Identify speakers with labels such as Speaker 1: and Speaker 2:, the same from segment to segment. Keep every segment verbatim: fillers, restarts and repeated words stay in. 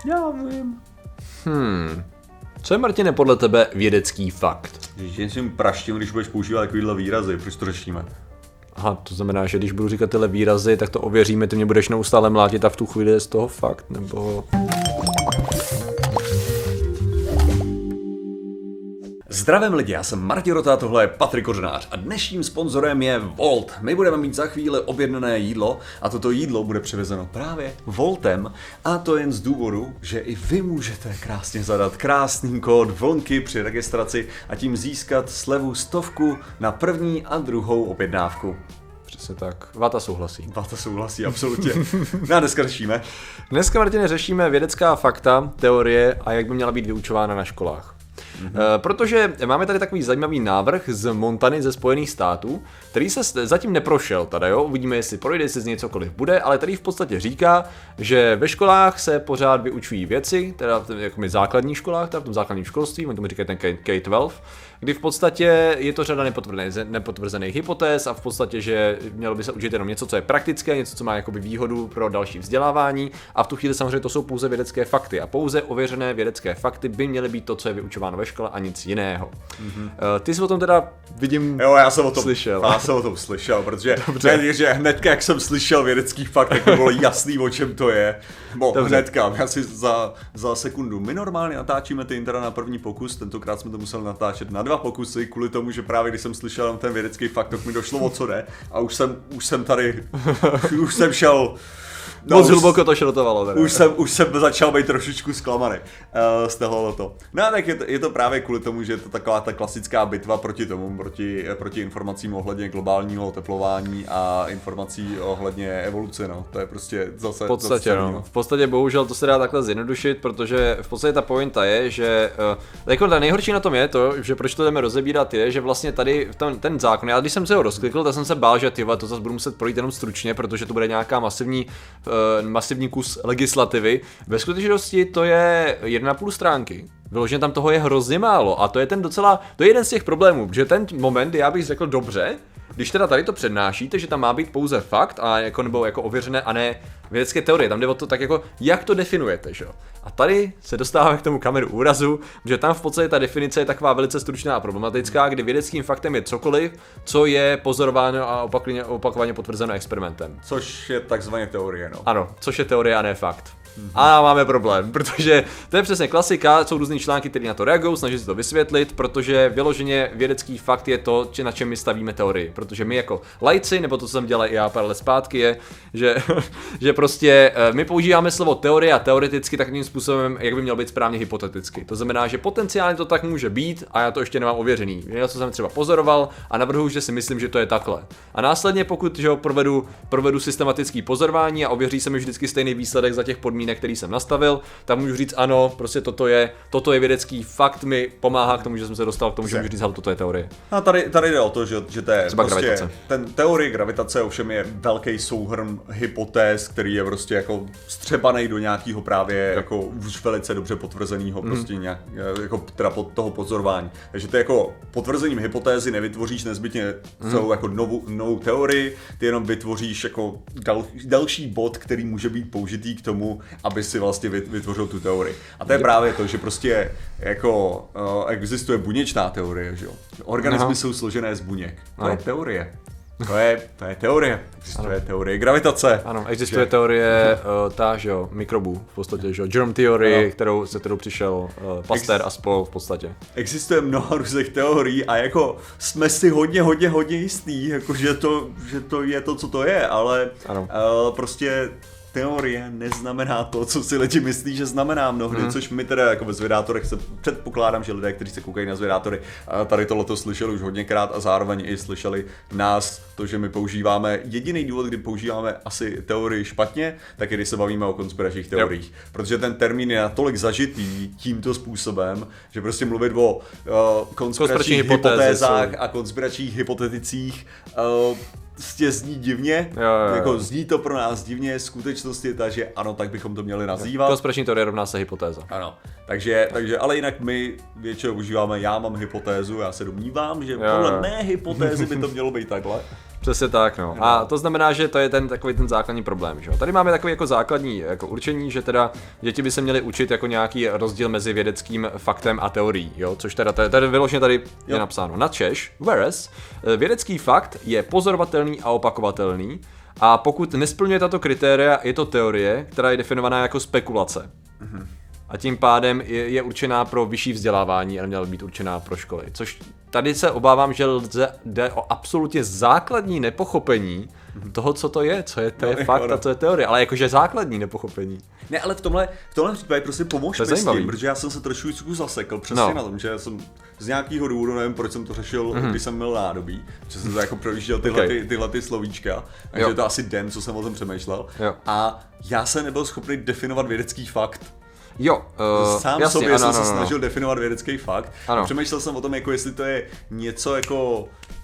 Speaker 1: Já vím.
Speaker 2: Hmm. Co je, Martine, podle tebe vědecký fakt?
Speaker 1: Že jsem praštím, když budeš používat takovýhle výrazy, proč to řešíme?
Speaker 2: Aha, to znamená, že když budu říkat tyhle výrazy, tak to ověříme, ty mě budeš neustále mlátit a v tu chvíli je z toho fakt, nebo...
Speaker 1: Zdravím lidi, já jsem Martin Rota, tohle je Patrik Kořenář a dnešním sponzorem je Volt. My budeme mít za chvíli objednané jídlo a toto jídlo bude přivezeno právě Voltem a to jen z důvodu, že i vy můžete krásně zadat krásný kód vlnky při registraci a tím získat slevu stovku na první a druhou objednávku.
Speaker 2: Přesně tak. Vata souhlasí.
Speaker 1: Vata souhlasí, absolutně. No a dneska řešíme.
Speaker 2: Dneska, Martine, řešíme vědecká fakta, teorie a jak by měla být vyučována na školách. Mm-hmm. Protože máme tady takový zajímavý návrh z Montany ze Spojených států, který se zatím neprošel tady, jo? Uvidíme, jestli projde, jestli z něj cokoliv bude, ale tady v podstatě říká, že ve školách se pořád vyučují věci, teda v jako my základních školách, teda v tom základním školství, oni tomu říkají ten K dvanáct, kdy v podstatě je to řada nepotvrzených, nepotvrzených hypotéz a v podstatě, že mělo by se učit jenom něco, co je praktické, něco, co má jakoby výhodu pro další vzdělávání a v tu chvíli samozřejmě to jsou pouze vědecké fakty a pouze ověřené vědecké fakty by měly být to, co je vyučováno ve škole a nic jiného. Mm-hmm. Ty jsi o tom teda, vidím,
Speaker 1: jo, já jsem o tom
Speaker 2: slyšel.
Speaker 1: Já jsem o tom slyšel, protože ne, že hnedka, jak jsem slyšel vědecký fakt, tak to bylo jasný, o čem to je. Bo Dobře. hnedka, já si za, za sekundu. My normálně natáčíme ty intro na první pokus, tentokrát jsme to museli natáčet na dva pokusy, kvůli tomu, že právě když jsem slyšel ten vědecký fakt, tak mi došlo, o co jde. A už jsem, už jsem tady, už jsem šel...
Speaker 2: No, moc hluboko to šrotovalo. Teda.
Speaker 1: Už jsem, už jsem začal být trošičku zklamaný uh, z tohohle to. No a tak je to, je to právě kvůli tomu, že je to taková ta klasická bitva proti tomu, proti, proti informacím ohledně globálního oteplování a informací ohledně evoluce, no. To je prostě zase...
Speaker 2: V podstatě,
Speaker 1: zase,
Speaker 2: no. V podstatě bohužel to se dá takhle zjednodušit, protože v podstatě ta pointa je, že uh, jako ta nejhorší na tom je to, že proč to jdeme rozebírat je, že vlastně tady ten, ten zákon, já když jsem se ho rozklikl, tak jsem se bál, že tyva, to zase budu muset projít jenom stručně, protože to bude nějaká masivní masivní kus legislativy. Ve skutečnosti to je jedna a půl stránky. Vyloženě tam toho je hrozně málo a to je ten docela, to je jeden z těch problémů, že ten moment, já bych řekl dobře, když teda tady to přednášíte, že tam má být pouze fakt a jako, nebo jako ověřené a ne vědecké teorie, tam jde o to tak jako, jak to definujete, že jo. A tady se dostáváme k tomu kameru úrazu, že tam v podstatě ta definice je taková velice stručná a problematická, kdy vědeckým faktem je cokoliv, co je pozorováno a opakovaně, opakovaně potvrzeno experimentem.
Speaker 1: Což je takzvaně teorie, no.
Speaker 2: Ano, což je teorie a ne fakt. Mm-hmm. A máme problém, protože to je přesně klasika, jsou různý články, které na to reagují, snaží se to vysvětlit, protože vyloženě vědecký fakt je to, na čem my stavíme teorii, protože my jako laici, nebo to, co jsem dělal i já pár let zpátky, je, že, že prostě my používáme slovo teorie a teoreticky takovým způsobem, jak by mělo být správně hypoteticky. To znamená, že potenciálně to tak může být a já to ještě nemám ověřený. Něco jsem třeba pozoroval a navrhuji, že si myslím, že to je takhle. A následně, pokud že ho provedu, provedu systematický pozorování a ověří se mi vždycky stejný výsledek za těch podmínek, který jsem nastavil, tak můžu říct ano, prostě toto je, toto je vědecký fakt, mi pomáhá k tomu, že jsem se dostal k tomu, že můžu říct, ale toto je teorie.
Speaker 1: A tady, tady jde o to, že, že to je
Speaker 2: třeba
Speaker 1: prostě,
Speaker 2: gravitace.
Speaker 1: Ten teorie gravitace ovšem je velký souhrn hypotéz, který je prostě jako střebaný do nějakého právě jako už velice dobře potvrzeného mm. prostě nějak, jako teda pod toho pozorování. Takže ty jako potvrzením hypotézy nevytvoříš nezbytně celou mm. jako novou, novou teorii, ty jenom vytvoříš jako dal, další bod, který může být použitý k tomu, aby si vlastně vytvořil tu teorii. A to je právě to, že prostě jako uh, existuje buněčná teorie, že jo. Organismy Aha. jsou složené z buněk. To ano. je teorie. To je, to je teorie. Existuje ano. teorie gravitace.
Speaker 2: Ano, existuje že... teorie uh, ta, že jo, mikrobů v podstatě, že jo, germ theory, kterou, se kterou přišel uh, Pasteur Ex... a spol v podstatě.
Speaker 1: Existuje mnoho různých teorií a jako jsme si hodně, hodně, hodně jistý, jako že to, že to je to, co to je, ale uh, prostě teorie neznamená to, co si lidi myslí, že znamená mnohdy, mm. což my teda jako ve zvědátorech se předpokládám, že lidé, kteří se koukají na zvědátory, tady tohleto slyšeli už hodněkrát a zároveň i slyšeli nás, to, že my používáme, jediný důvod, kdy používáme asi teorii špatně, tak je, když se bavíme o konspiračních teoriích. Yep. Protože ten termín je natolik zažitý tímto způsobem, že prostě mluvit o uh, konspiračních hypotézách a konspiračních hypoteticích uh, prostě zní divně, jo, jo, jo. Jako zní to pro nás divně, skutečnost je ta, že ano, tak bychom to měli nazývat.
Speaker 2: Konspirační teorie rovná se hypotéza.
Speaker 1: Ano, takže, takže ale jinak my většinou užíváme, já mám hypotézu, já se domnívám, že jo, podle jo. mé hypotézy by to mělo být takhle.
Speaker 2: Přesně tak, no. A to znamená, že to je ten takový ten základní problém, že jo. Tady máme takový jako základní jako určení, že teda děti by se měly učit jako nějaký rozdíl mezi vědeckým faktem a teorií, jo, což teda tady vyloženě tady je napsáno na Češ, whereas vědecký fakt je pozorovatelný a opakovatelný a pokud nesplňuje tato kritéria, je to teorie, která je definovaná jako spekulace. Mhm. A tím pádem je, je určená pro vyšší vzdělávání a neměla být určená pro školy. Což tady se obávám, že lze, jde o absolutně základní nepochopení toho, co to je, co je, to je no, fakt no. a co je teorie, ale jakože základní nepochopení.
Speaker 1: Ne, ale v tomhle, v tomhle případě prostě pomož mi s tím, protože já jsem se trošku zasekl přesně no. na tom, že jsem z nějakého důvodu, nevím, proč jsem to řešil, mm-hmm. když jsem měl nádobí, že jsem to jako projížděl tyhle, okay. ty, tyhle ty slovíčka, takže je to asi den, co jsem o tom přemýšlel. Jo. A já jsem nebyl schopný definovat vědecký fakt.
Speaker 2: Jo, uh,
Speaker 1: sám
Speaker 2: jasně,
Speaker 1: sobě
Speaker 2: ano,
Speaker 1: jsem
Speaker 2: ano,
Speaker 1: se
Speaker 2: ano.
Speaker 1: snažil definovat vědecký fakt. Ano. Přemýšlel jsem o tom, jako jestli to je něco jako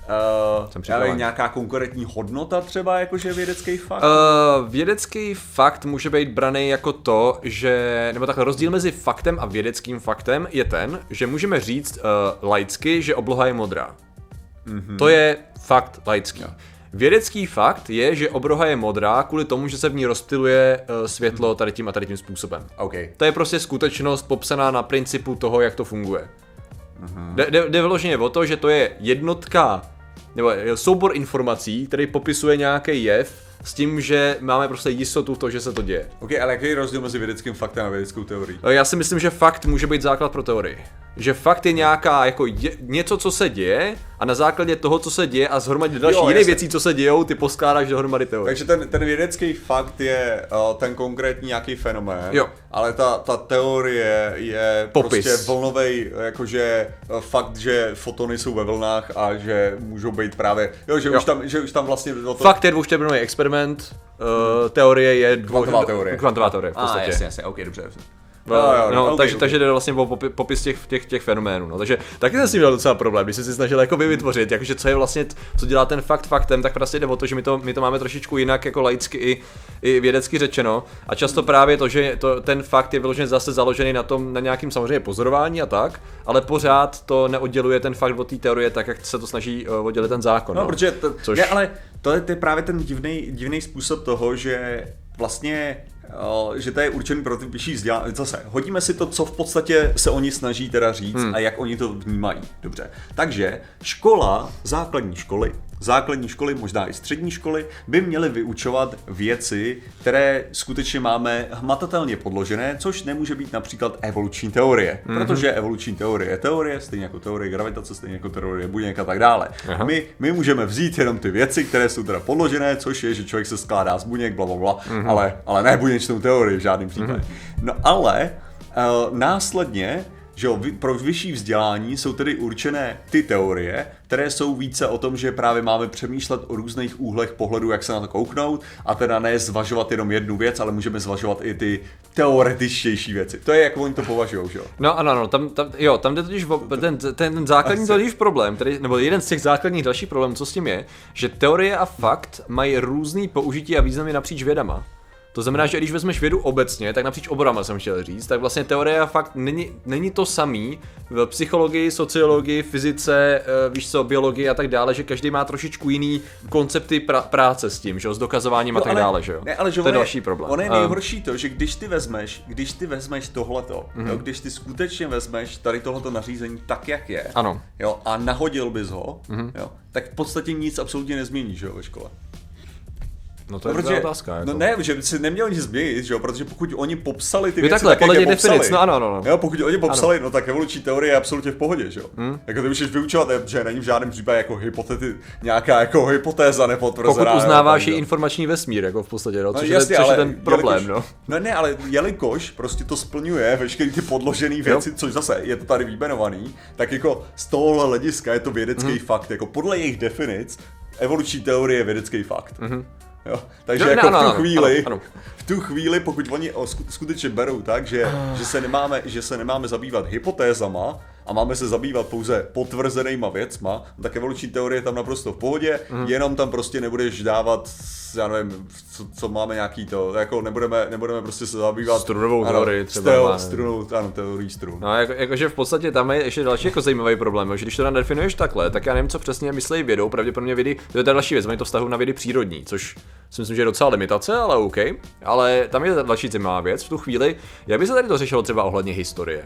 Speaker 1: uh, já vím, nějaká konkrétní hodnota třeba, jakože vědecký fakt.
Speaker 2: Uh, vědecký fakt může být braný jako to, že, nebo takhle rozdíl mezi faktem a vědeckým faktem je ten, že můžeme říct uh, laicky, že obloha je modrá. Mm-hmm. To je fakt laický. Jo. Vědecký fakt je, že obloha je modrá kvůli tomu, že se v ní rozptyluje uh, světlo tady tím a tady tím způsobem.
Speaker 1: Okay.
Speaker 2: To je prostě skutečnost popsaná na principu toho, jak to funguje. Uh-huh. Jde, jde, jde vyloženě o to, že to je jednotka, nebo soubor informací, který popisuje nějaký jev, s tím, že máme prostě jistotu v tom, že se to děje.
Speaker 1: Ok, ale jaký je rozdíl mezi vědeckým faktem a vědeckou teorií?
Speaker 2: Já si myslím, že fakt může být základ pro teorii. Že fakt je nějaká, jako je, něco, co se děje a na základě toho, co se děje a zhromadě další jiné věcí, co se dějou, ty poskládáš dohromady teorii.
Speaker 1: Takže ten, ten vědecký fakt je uh, ten konkrétní nějaký fenomén,
Speaker 2: jo.
Speaker 1: ale ta, ta teorie je
Speaker 2: popis.
Speaker 1: Prostě vlnovej, jakože uh, fakt, že fotony jsou ve vlnách a že můžou být právě, jo, že, jo. Už, tam, že už tam vlastně... To...
Speaker 2: Fakt je dvouštěbrnový experiment, uh, teorie je... Dvou...
Speaker 1: Kvantová teorie.
Speaker 2: Kvantová teorie, v podstatě.
Speaker 1: Ah, jasně, jasně, ok, dobře.
Speaker 2: No, no, jo, no, okay, takže, okay. takže jde vlastně o popi, popis těch, těch, těch fenoménů, no, takže taky jsem s tím měl docela problém, když jsem si snažil jako vytvořit, jakože co je vlastně, co dělá ten fakt faktem, tak prostě jde o to, že my to, my to máme trošičku jinak jako laicky i, i vědecky řečeno a často právě to, že to, ten fakt je vyloženě zase založený na tom, na nějakým samozřejmě pozorování a tak, ale pořád to neodděluje ten fakt od té teorie tak, jak se to snaží uh, oddělit ten zákon.
Speaker 1: No,
Speaker 2: no.
Speaker 1: protože to, Což... ne, ale to je, to je právě ten divný divný způsob toho, že vlastně že to je určený pro ty vyšší vzdělání. Zase, hodíme si to, co v podstatě se oni snaží teda říct hmm. a jak oni to vnímají. Dobře. Takže škola, základní školy, základní školy, možná i střední školy, by měly vyučovat věci, které skutečně máme hmatatelně podložené, což nemůže být například evoluční teorie. Mm-hmm. Protože evoluční teorie je teorie, stejně jako teorie gravitace, stejně jako teorie buněk a tak dále. My, my můžeme vzít jenom ty věci, které jsou teda podložené, což je, že člověk se skládá z buněk, blablabla, mm-hmm. ale, ale ne buněčnou teorii v žádném případě. Mm-hmm. No ale uh, následně že jo, pro vyšší vzdělání jsou tedy určené ty teorie, které jsou více o tom, že právě máme přemýšlet o různých úhlech pohledu, jak se na to kouknout a teda ne zvažovat jenom jednu věc, ale můžeme zvažovat i ty teoretičtější věci. To je, jak oni to považují, že jo?
Speaker 2: No ano, no, tam, tam, jo, tam jde totiž o, ten, ten, ten základní totiž problém, tedy, nebo jeden z těch základních dalších problémů, co s tím je, že teorie a fakt mají různý použití a významy napříč vědama. To znamená, že když vezmeš vědu obecně, tak napříč oborama jsem chtěl říct, tak vlastně teorie a fakt není, není to samý v psychologii, sociologii, fyzice, víš co, biologii a tak dále, že každý má trošičku jiný koncepty pra- práce s tím, že jo, s dokazováním no, a tak ale, dále, že jo.
Speaker 1: Ne, ale že
Speaker 2: to je
Speaker 1: on
Speaker 2: další problém.
Speaker 1: On je nejhorší to, že když ty vezmeš, když ty vezmeš tohleto, mm-hmm. jo, když ty skutečně vezmeš tady tohleto nařízení tak, jak je,
Speaker 2: ano.
Speaker 1: Jo, a nahodil bys ho, mm-hmm. jo, tak v podstatě nic absolutně nezmění, že jo, ve škole.
Speaker 2: No to je
Speaker 1: protože,
Speaker 2: otázka. Jako.
Speaker 1: No ne, že si neměl nic změnit, že jo, protože pokud oni popsali ty
Speaker 2: jo,
Speaker 1: věci
Speaker 2: takhle,
Speaker 1: tak, jak je popsali,
Speaker 2: definic, no ano, ano.
Speaker 1: Jo, pokud oni popsali,
Speaker 2: ano.
Speaker 1: no tak evoluční teorie je absolutně v pohodě, že jo. Hmm. Jako ty můžeš vyučovat, že není v žádném případě jako hypotety, nějaká jako hypotéza nepotvrzená.
Speaker 2: Pokud uznáváš i informační vesmír, jako v podstatě, no, což,
Speaker 1: no, jasně,
Speaker 2: je, což
Speaker 1: ale
Speaker 2: je ten problém,
Speaker 1: jelikož,
Speaker 2: no.
Speaker 1: No ne, ale jelikož prostě to splňuje veškeré ty podložené věci, jo. Což zase je to tady vyjmenovaný, tak jako z tohohle hlediska je to vědecký hmm. fakt, jako podle jejich definic, evoluční teorie je vědecký fakt. Hmm. Jo, takže no, jako no, v tu no, chvíli, no, no. v tu chvíli, pokud oni skutečně berou tak, že, že, se nemáme, že se nemáme zabývat hypotézama, a máme se zabývat pouze potvrzenýma věcma, tak evoluční teorie je tam naprosto v pohodě, mm. jenom tam prostě nebudeš dávat, já nevím, co, co máme nějaký to, jako nebudeme, nebudeme prostě se zabývat
Speaker 2: strunovou teorii třeba.
Speaker 1: Steo, strunou, ano, teorii strun.
Speaker 2: No, jako, jakože v podstatě tam je ještě další jako zajímavý problém, že když to nadefinuješ takhle, tak já nevím, co přesně myslí vědou, pravděpodobně vědy, to je ta další věc, mají to vztahu na vědy přírodní, což si myslím, že je docela limitace, ale OK. Ale tam je další zajímavá věc, v tu chvíli, jak by se tady to řešilo třeba ohledně historie?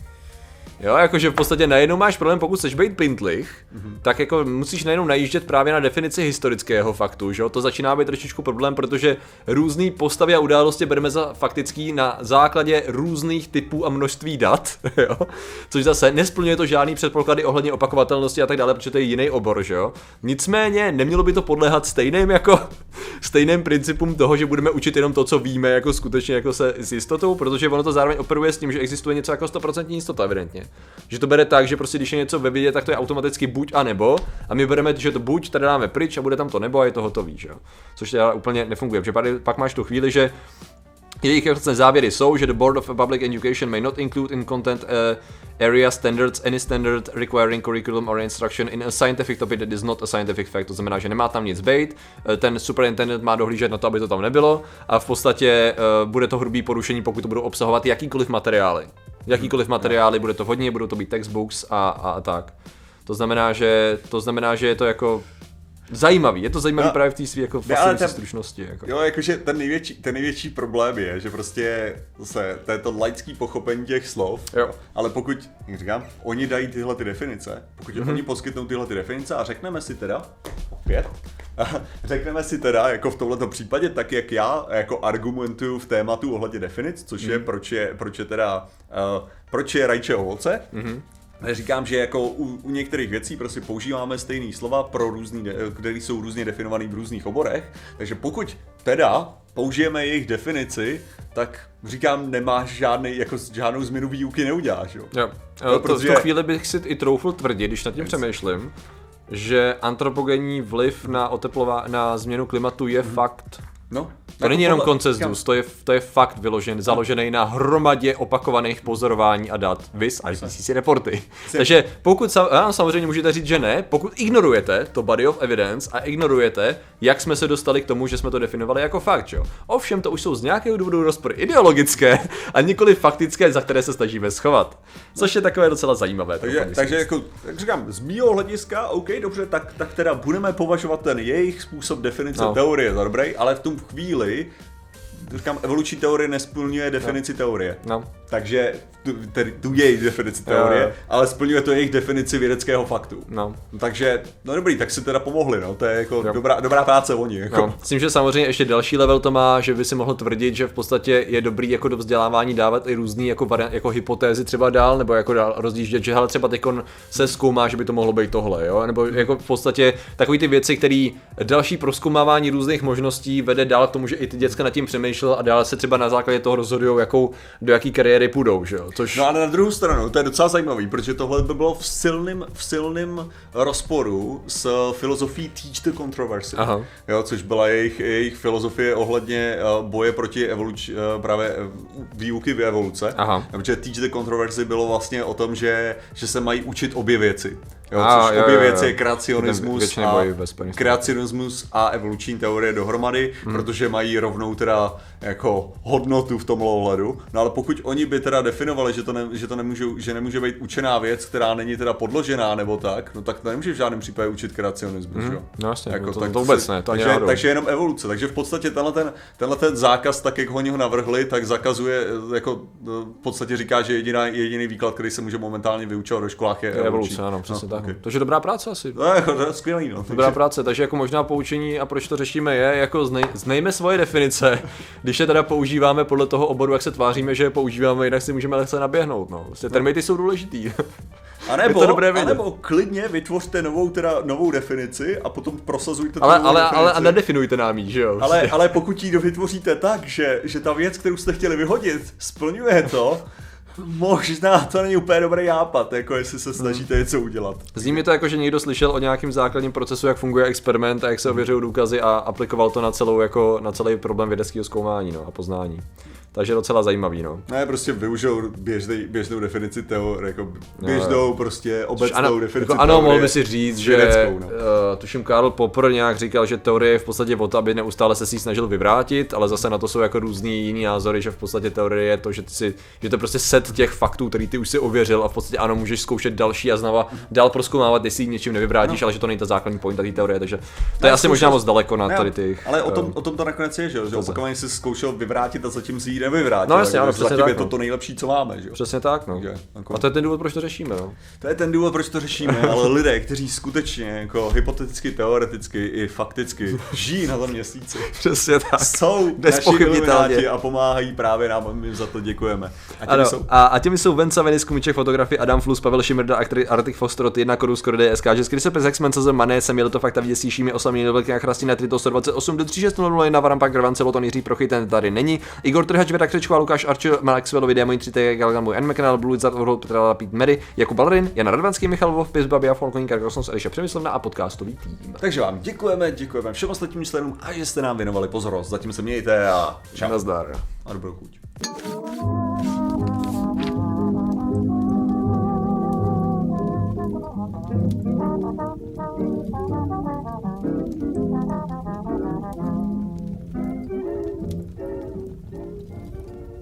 Speaker 2: Jo, jakože v podstatě najednou máš problém, pokud chceš být pintlich, mm-hmm. tak jako musíš najednou najíždět právě na definici historického faktu, že jo? To začíná být trošičku problém, protože různý postavy a události bereme za faktický na základě různých typů a množství dat, jo? Což zase nesplňuje to žádný předpoklady ohledně opakovatelnosti a tak dále, protože to je jiný obor, že jo? Nicméně nemělo by to podléhat stejným jako stejným principům toho, že budeme učit jenom to, co víme, jako skutečně jako se s jistotou, protože ono to zároveň operuje s tím, že existuje něco jako sto procent jistota evidentně. Že to bere tak, že prostě když je něco ve vědě, tak to je automaticky buď a nebo, a my bereme, že to buď tady dáme pryč a bude tam to nebo a je to hotový, že jo. Což teda úplně nefunguje, protože pak máš tu chvíli, že jejich závěry jsou, že the Board of Public Education may not include in content uh, area standards any standard requiring curriculum or instruction in a scientific topic that is not a scientific fact. To znamená, že nemá tam nic bejt, ten superintendent má dohlížet na to, aby to tam nebylo a v podstatě uh, bude to hrubý porušení, pokud to budou obsahovat jakýkoliv materiály. Jakýkoliv materiály, bude to hodně, budou to být textbooks a, a, a tak. To znamená, že to znamená, že je to jako zajímavý, je to zajímavý no, právě v té své jako fascinující stručnosti. Jako.
Speaker 1: Jo, jakože ten největší, ten největší problém je, že prostě zase, to je to laický pochopení těch slov,
Speaker 2: jo.
Speaker 1: Ale pokud, jak říkám, oni dají tyhle ty definice, pokud mm-hmm. oni poskytnou tyhle ty definice a řekneme si teda, opět, řekneme si teda, jako v tomto případě, tak jak já jako argumentuju v tématu ohledně definic, což mm. je, proč je, proč je teda, uh, proč je rajče ovoce, mm-hmm. Říkám, že jako u, u některých věcí prostě používáme stejné slova, pro různý, které jsou různě definované v různých oborech, takže pokud teda použijeme jejich definici, tak říkám, nemáš žádný, jako žádnou změnu výuky neuděláš, jo?
Speaker 2: Jo, jo to, protože... v tu chvíli bych si i troufl tvrdit, když nad tím přemýšlím, že antropogenní vliv na oteplová, na změnu klimatu je hmm. fakt.
Speaker 1: No,
Speaker 2: to není jenom konsenzus, to je, to je fakt vyložen, založený na hromadě opakovaných pozorování a dat, vis I P C C reporty. Takže pokud, samozřejmě můžete říct, že ne, pokud ignorujete to body of evidence a ignorujete, jak jsme se dostali k tomu, že jsme to definovali jako fakt, jo. Ovšem to už jsou z nějakého důvodu rozpory ideologické a nikoli faktické, za které se snažíme schovat. Což je takové docela zajímavé.
Speaker 1: Takže, takže jako, jak říkám, z mýho hlediska, OK, dobře, tak, tak teda budeme považovat ten jejich způsob definice no. teorie za dobrý, ale v tom chvíli, říkám, evoluční teorie nesplňuje definici no. teorie. No. Takže tu, tedy, tu jejich definici teorie, no. ale splňuje to jejich definici vědeckého faktu. No. Takže, no dobrý, tak si teda pomohli, no, to je jako dobrá, dobrá práce oni. Jako.
Speaker 2: No. Myslím, že samozřejmě ještě další level to má, že by si mohl tvrdit, že v podstatě je dobrý jako do vzdělávání dávat i různý jako, variant, jako hypotézy třeba dál, nebo jako dál rozjíždět, že hele, třeba teďkon se zkoumá, že by to mohlo být tohle, jo, nebo jako v podstatě takový ty věci, které další prozkoumávání různých možností vede dál k tomu, že i ty děcka nad tím přemýšlel a dál se třeba na základě toho rozhodují, jakou do jaký kariéry půjdou, že jo. Což...
Speaker 1: No a na druhou stranu, to je docela zajímavý, protože tohle by bylo v silným, v silným rozporu s filozofií Teach the Controversy, Aha. jo, což byla jejich, jejich filozofie ohledně boje proti evoluč, právě výuky v evoluce. Aha. Protože Teach the Controversy bylo vlastně o tom, že, že se mají učit obě věci. Jo, a, což jo, obě jo, jo. věci je kreacionismus a, kreacionismus a evoluční teorie dohromady, hmm. protože mají rovnou teda jako hodnotu v tomhle ohledu. No ale pokud oni by teda definovali, že to, ne, že to nemůže, že nemůže být učená věc, která není teda podložená nebo tak, no tak to nemůže v žádném případě učit kreacionismus,
Speaker 2: hmm.
Speaker 1: jo.
Speaker 2: No jasně,
Speaker 1: jako,
Speaker 2: to, tak to vůbec ne, to
Speaker 1: takže, takže jenom evoluce, takže v podstatě tenhle ten, tenhle ten zákaz, tak jak oni ho navrhli, tak zakazuje, jako v podstatě říká, že jediná, jediný výklad, který se může momentálně vyučovat do školách je, je
Speaker 2: evoluce, ano, přesně no, tak. Okay. Takže dobrá práce asi.
Speaker 1: No, jako, to je skvělý, no.
Speaker 2: Dobrá takže... práce, takže jako možná poučení a proč to řešíme je, jako znej, znejme svoje definice, když je teda používáme podle toho oboru, jak se tváříme, že je používáme, jinak si můžeme lehce naběhnout, no. Vlastně termity jsou důležitý.
Speaker 1: A nebo, a nebo klidně vytvořte novou, teda, novou definici a potom prosazujte tu
Speaker 2: ale, ale, ale a nedefinujte nám ji, že jo?
Speaker 1: Ale, ale pokud ji vytvoříte tak, že, že ta věc, kterou jste chtěli vyhodit, splňuje to, možná to není úplně dobrý nápad, jako jestli se snažíte něco udělat.
Speaker 2: Zní mi to jako, že někdo slyšel o nějakým základním procesu, jak funguje experiment a jak se ověřují důkazy a aplikoval to na celou, jako, na celý problém vědeckého zkoumání, no, a poznání. takže docela zajímavý, no.
Speaker 1: Ne, prostě využijou běžnej, běžnou definici teorie, jako běžnou no, prostě obecnou ano, definici
Speaker 2: jako ano, mohl by si říct, že
Speaker 1: vědeckou, no.
Speaker 2: uh, tuším Karl Popper nějak říkal, že teorie je v podstatě o to, aby neustále se si snažil vyvrátit, ale zase na to jsou jako různý jiný názory, že v podstatě teorie je to, že ty si, že to je prostě set těch faktů, který ty už si ověřil a v podstatě ano, můžeš zkoušet další a znova dál prozkoumávat, jestli něčím nevyvrátíš, no. ale že to není ta základní pointa té teorie, takže to ne, je asi zkoušel, možná moc daleko na ne, tady ty.
Speaker 1: Ale o tom, um, o tom to nakonec je, že, že opakovaně si zkoušel vyvrátit a zatím si ji nevyvrátil.
Speaker 2: No jasně, ano,
Speaker 1: zatím
Speaker 2: tak,
Speaker 1: je to
Speaker 2: no.
Speaker 1: to nejlepší, co máme, že?
Speaker 2: Přesně tak, no.
Speaker 1: Že, jako...
Speaker 2: A to je ten důvod, proč to řešíme, no.
Speaker 1: To je ten důvod, proč to řešíme, ale lidé, kteří skutečně jako hypoteticky, teoreticky i fakticky žijí na tom měsíci.
Speaker 2: Přesně tak.
Speaker 1: Jsou naši ilumináti a pomáhají právě nám, my za to děkujeme. A těmi, ano, jsou...
Speaker 2: a, a těmi jsou Venca, Venis, Kumiček, fotografie, Adam Flus, Pavel Šimrda, Artik Fostrot, jedna Korus, Skoro D S K, že skryse pes Hexman, C Z Mané, jsem jel to fakta vyděsíšími osamý Novelky na Chrastina, Trito sto dvacet osm, do tři šest nula nula na Varampak, Grvance, Loton, Jiří Prochy, ten tady není. Igor Trhač, Věda Křečková, Lukáš Arčil, Maxwellovi, Démon tři T, Galgamu, N. McNall, Blue Wizard, Orhol, Petra Pít, Mary, Jakub Balrin, Jana Radvanský, Michal Vov, Pis, Babia, Folkoník, Karkosnos, Eliša Přemyslovna a podcastový tým.
Speaker 1: Takže vám děkujeme, děkujeme všem ostatním členům a že jste nám věnovali pozornost. Zatím se mějte a čau.
Speaker 2: Nazdar.
Speaker 1: A dobrou chuť.
Speaker 3: Thank you.